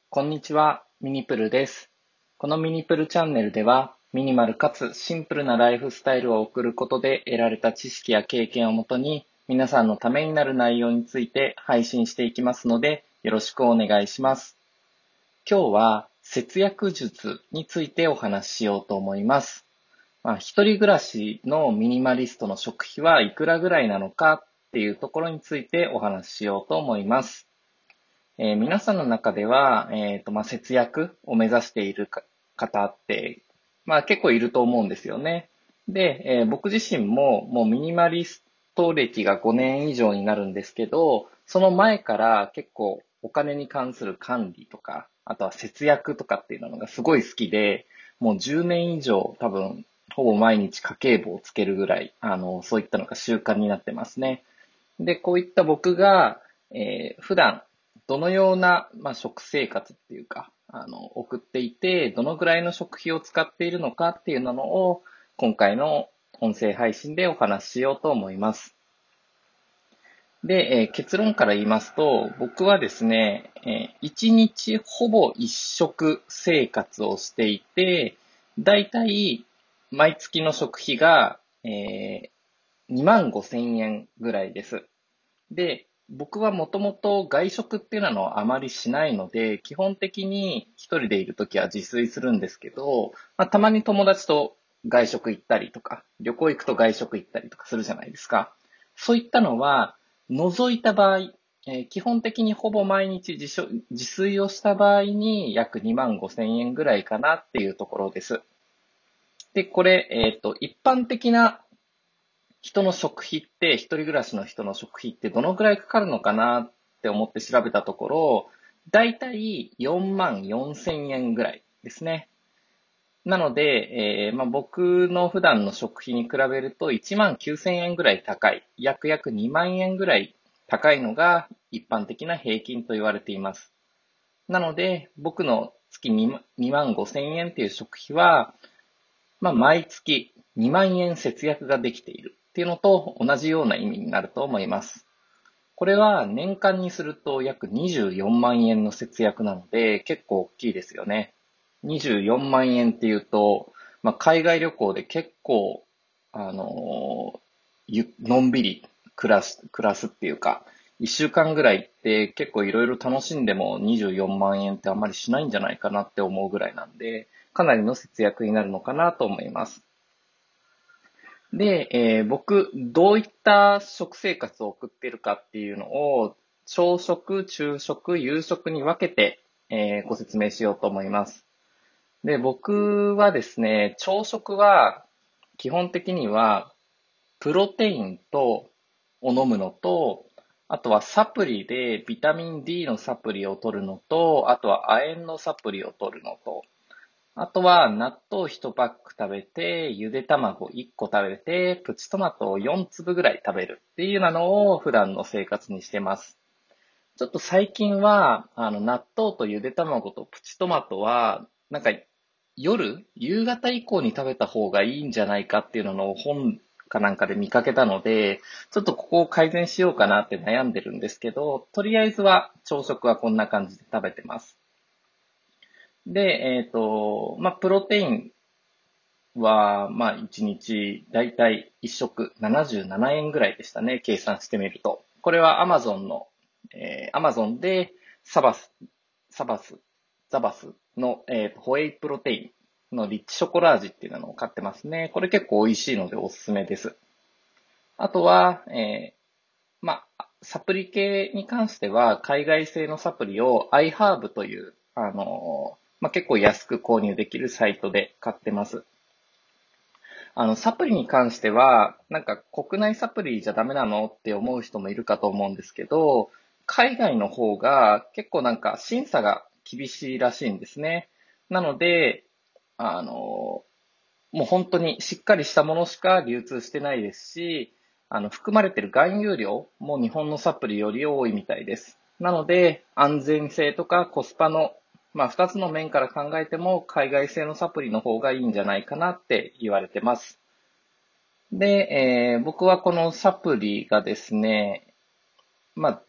こんにちは、ミニプルです。このミニプルチャンネルでは、ミニマルかつシンプルなライフスタイルを送ることで得られた知識や経験をもとに、皆さんのためになる内容について配信していきますので、よろしくお願いします。今日は節約術についてお話ししようと思います。一人暮らしのミニマリストの食費はいくらぐらいなのかっていうところについてお話ししようと思います。皆さんの中では、節約を目指している方って、結構いると思うんですよね。で、僕自身ももうミニマリスト歴が5年以上になるんですけど、その前から結構お金に関する管理とか、あとは節約とかっていうのがすごい好きで、もう10年以上多分、ほぼ毎日家計簿をつけるぐらい、そういったのが習慣になってますね。で、こういった僕が、普段どのような、食生活っていうか、送っていて、どのぐらいの食費を使っているのかっていうのを、今回の音声配信でお話ししようと思います。で、結論から言いますと、僕はですね、1日ほぼ一食生活をしていて、だいたい毎月の食費が、2万5千円ぐらいです。で、僕はもともと外食っていうのはあまりしないので、基本的に一人でいるときは自炊するんですけど、たまに友達と外食行ったりとか、旅行行くと外食行ったりとかするじゃないですか。そういったのは、除いた場合、基本的にほぼ毎日自炊をした場合に約2万5千円ぐらいかなっていうところです。で、これ、一般的な人の食費って、一人暮らしの人の食費ってどのくらいかかるのかなって思って調べたところ、だいたい4万4千円ぐらいですね。なので、僕の普段の食費に比べると1万9千円ぐらい高い、約2万円ぐらい高いのが一般的な平均と言われています。なので、僕の月2万5千円っていう食費は、毎月2万円節約ができているっていうのと同じような意味になると思います。これは年間にすると約24万円の節約なので結構大きいですよね。24万円っていうと、海外旅行で結構、のんびり暮らすっていうか、1週間ぐらいって結構いろいろ楽しんでも24万円ってあんまりしないんじゃないかなって思うぐらいなんで、かなりの節約になるのかなと思います。で、僕、どういった食生活を送っているかっていうのを、朝食、昼食、夕食に分けて、ご説明しようと思います。で、僕はですね、朝食は、基本的には、プロテインを飲むのと、あとはサプリでビタミン D のサプリを取るのと、あとは亜鉛のサプリを取るのと、あとは納豆1パック食べて、ゆで卵1個食べて、プチトマトを4粒ぐらい食べるっていうようなのを普段の生活にしてます。ちょっと最近は、納豆とゆで卵とプチトマトは、夕方以降に食べた方がいいんじゃないかっていうのを本かなんかで見かけたので、ちょっとここを改善しようかなって悩んでるんですけど、とりあえずは朝食はこんな感じで食べてます。で、プロテインは、1日だいたい1食77円ぐらいでしたね、計算してみると。これは Amazon でサバス、サバス、ザバスの、ホエイプロテインのリッチショコラ味っていうのを買ってますね。これ結構美味しいのでおすすめです。あとは、サプリ系に関しては、海外製のサプリを iHerb という、結構安く購入できるサイトで買ってます。サプリに関しては、国内サプリじゃダメなのって思う人もいるかと思うんですけど、海外の方が結構審査が厳しいらしいんですね。なので、もう本当にしっかりしたものしか流通してないですし、含まれている含有量も日本のサプリより多いみたいです。なので、安全性とかコスパの、二つの面から考えても、海外製のサプリの方がいいんじゃないかなって言われてます。で、僕はこのサプリがですね、まあ、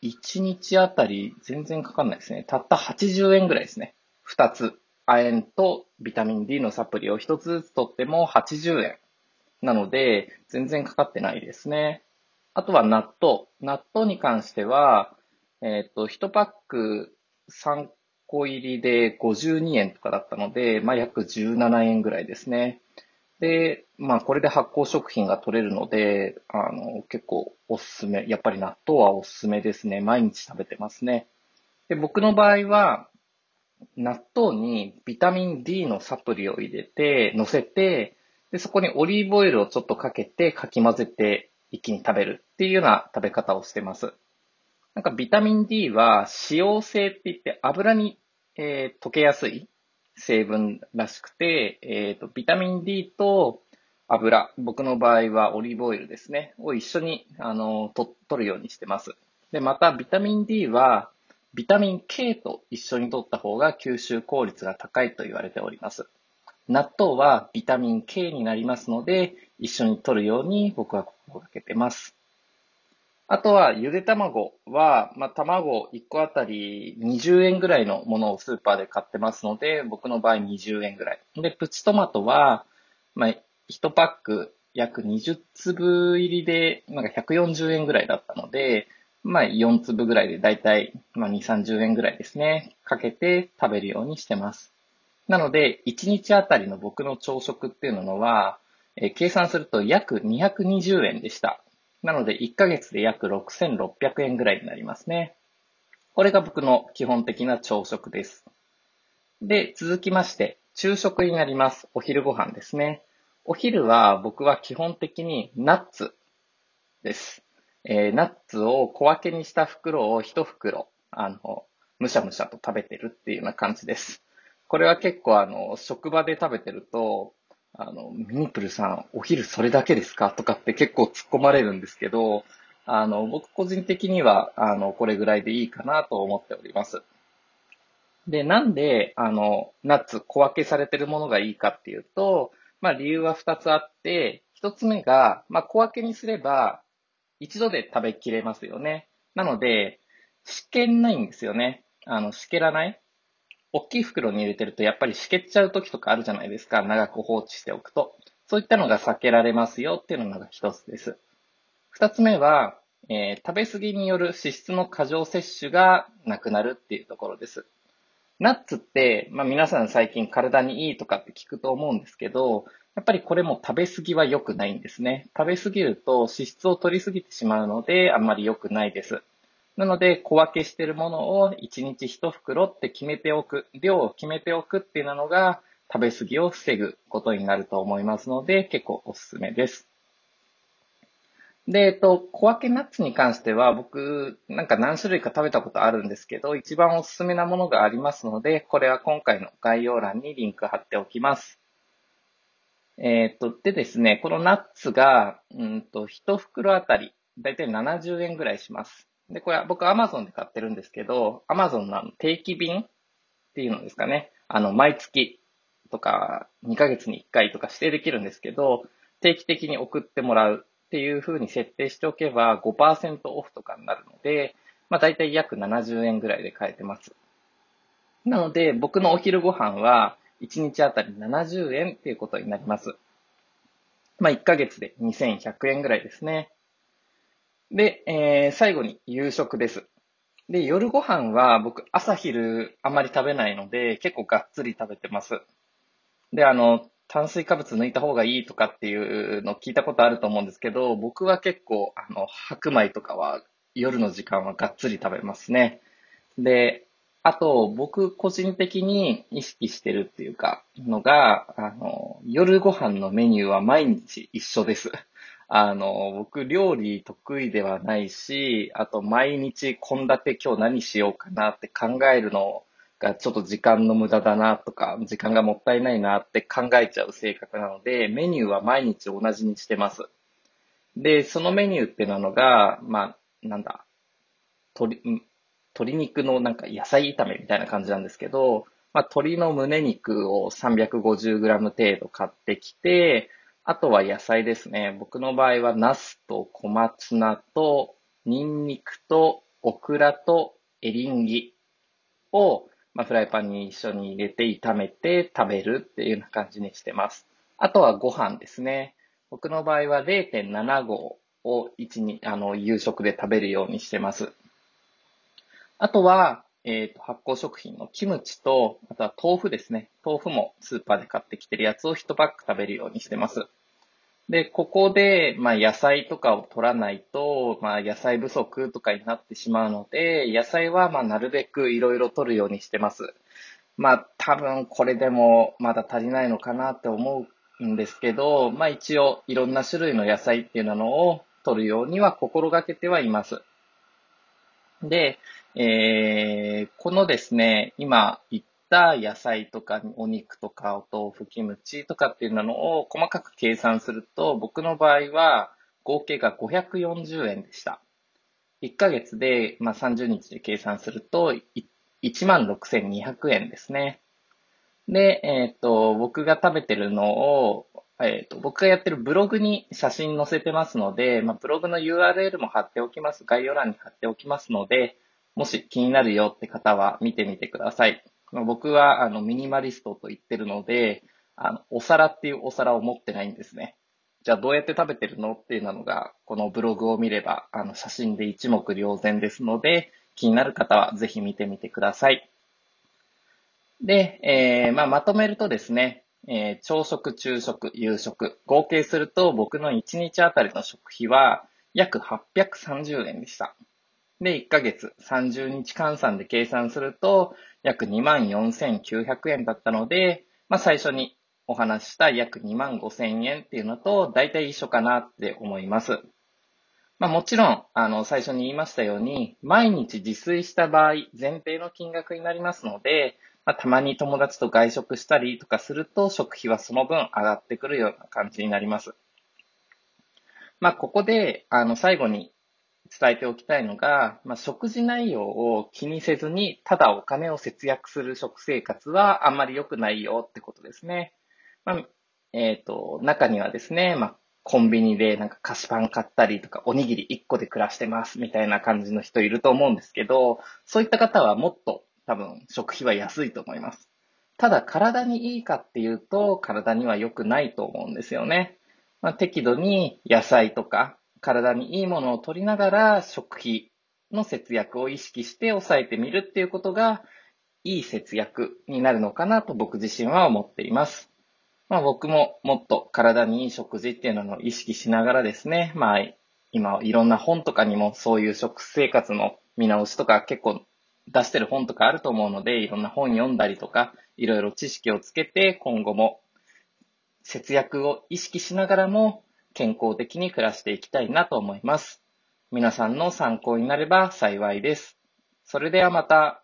1日あたり全然かかんないですね。たった80円ぐらいですね。2つ。亜鉛とビタミン D のサプリを1つずつ取っても80円。なので、全然かかってないですね。あとは納豆。納豆に関しては、1パック3個入りで52円とかだったので、約17円ぐらいですね。で、これで発酵食品が取れるので、結構おすすめ。やっぱり納豆はおすすめですね。毎日食べてますね。で、僕の場合は、納豆にビタミン D のサプリを入れて、乗せて、で、そこにオリーブオイルをちょっとかけて、かき混ぜて一気に食べるっていうような食べ方をしてます。なんかビタミン D は脂溶性って言って油に、溶けやすい成分らしくて、ビタミン D と油、僕の場合はオリーブオイルですね、を一緒に、取るようにしてます。で、またビタミン D はビタミン K と一緒に取った方が吸収効率が高いと言われております。納豆はビタミン K になりますので、一緒に取るように僕は心がけてます。あとは、ゆで卵は、卵1個あたり20円ぐらいのものをスーパーで買ってますので、僕の場合20円ぐらい。で、プチトマトは、1パック約20粒入りで、140円ぐらいだったので、4粒ぐらいでだいたい2、30円ぐらいですね、かけて食べるようにしてます。なので、1日あたりの僕の朝食っていうのは、計算すると約220円でした。なので、1ヶ月で約6600円ぐらいになりますね。これが僕の基本的な朝食です。で、続きまして、昼食になります。お昼ご飯ですね。お昼は僕は基本的にナッツです。ナッツを小分けにした袋を一袋、むしゃむしゃと食べてるっていうような感じです。これは結構職場で食べてると、ミニプルさん、お昼それだけですかとかって結構突っ込まれるんですけど、僕個人的には、これぐらいでいいかなと思っております。で、なんで、ナッツ小分けされてるものがいいかっていうと、理由は2つあって、1つ目が、小分けにすれば、一度で食べきれますよね。なので、しけないんですよね。しけらない。大きい袋に入れてると、やっぱりしけっちゃう時とかあるじゃないですか。長く放置しておくと。そういったのが避けられますよっていうのが一つです。二つ目は、食べ過ぎによる脂質の過剰摂取がなくなるっていうところです。ナッツって、皆さん最近体にいいとかって聞くと思うんですけど、やっぱりこれも食べ過ぎは良くないんですね。食べ過ぎると脂質を取り過ぎてしまうので、あんまり良くないです。なので、小分けしているものを1日1袋って決めておく、量を決めておくっていうのが、食べ過ぎを防ぐことになると思いますので、結構おすすめです。で、小分けナッツに関しては、僕、なんか何種類か食べたことあるんですけど、一番おすすめなものがありますので、これは今回の概要欄にリンク貼っておきます。でですね、このナッツが、1袋あたり、だいたい70円ぐらいします。で、これは僕 Amazon で買ってるんですけど、Amazon の定期便っていうのですかね。毎月とか2ヶ月に1回とか指定できるんですけど、定期的に送ってもらうっていう風に設定しておけば5%オフとかになるので、だいたい約70円ぐらいで買えてます。なので、僕のお昼ご飯は1日あたり70円っていうことになります。1ヶ月で2100円ぐらいですね。で、最後に夕食です。で、夜ご飯は僕朝昼あまり食べないので結構がっつり食べてます。で、炭水化物抜いた方がいいとかっていうの聞いたことあると思うんですけど、僕は結構白米とかは夜の時間はがっつり食べますね。で、あと、僕個人的に意識してるっていうか、のが、夜ご飯のメニューは毎日一緒です。僕料理得意ではないし、あと毎日献立今日何しようかなって考えるのがちょっと時間の無駄だなとか、時間がもったいないなって考えちゃう性格なので、メニューは毎日同じにしてます。で、そのメニューってなのが、なんだ、鶏、鶏肉のなんか野菜炒めみたいな感じなんですけど、鶏の胸肉を 350g 程度買ってきて、あとは野菜ですね。僕の場合はナスと小松菜とニンニクとオクラとエリンギを、フライパンに一緒に入れて炒めて食べるっていうような感じにしてます。あとはご飯ですね。僕の場合は0.7合を夕食で食べるようにしてます。あとは、発酵食品のキムチと、あとは豆腐ですね。豆腐もスーパーで買ってきてるやつを1パック食べるようにしてます。で、ここで、野菜とかを取らないと、野菜不足とかになってしまうので、野菜はなるべくいろいろ取るようにしてます。多分これでもまだ足りないのかなって思うんですけど、一応いろんな種類の野菜っていうのを取るようには心がけてはいます。で、このですね、今言った野菜とかお肉とかお豆腐、キムチとかっていうのを細かく計算すると、僕の場合は合計が540円でした。1ヶ月で、30日で計算すると16,200円ですね。で、僕が食べてるのを、僕がやってるブログに写真載せてますので、ブログの URL も貼っておきます。概要欄に貼っておきますので、もし気になるよって方は見てみてください。僕は、ミニマリストと言ってるので、お皿っていうお皿を持ってないんですね。じゃあどうやって食べてるのっていうのが、このブログを見れば、写真で一目瞭然ですので、気になる方はぜひ見てみてください。で、まとめるとですね、朝食、昼食、夕食、合計すると僕の1日あたりの食費は約830円でした。で、1ヶ月30日換算で計算すると約24,900円だったので、最初にお話しした約25,000円っていうのと大体一緒かなって思います。もちろん、最初に言いましたように、毎日自炊した場合、前提の金額になりますので、たまに友達と外食したりとかすると、食費はその分上がってくるような感じになります。ここで、最後に伝えておきたいのが、食事内容を気にせずに、ただお金を節約する食生活はあんまり良くないよってことですね。中にはですね、コンビニで菓子パン買ったりとか、おにぎり1個で暮らしてますみたいな感じの人いると思うんですけど、そういった方はもっと多分食費は安いと思います。ただ体にいいかっていうと、体には良くないと思うんですよね。適度に野菜とか体にいいものを取りながら食費の節約を意識して抑えてみるっていうことがいい節約になるのかなと僕自身は思っています。僕ももっと体にいい食事っていうのを意識しながらですね、今いろんな本とかにもそういう食生活の見直しとか結構出してる本とかあると思うので、いろんな本読んだりとか、いろいろ知識をつけて今後も節約を意識しながらも健康的に暮らしていきたいなと思います。皆さんの参考になれば幸いです。それではまた。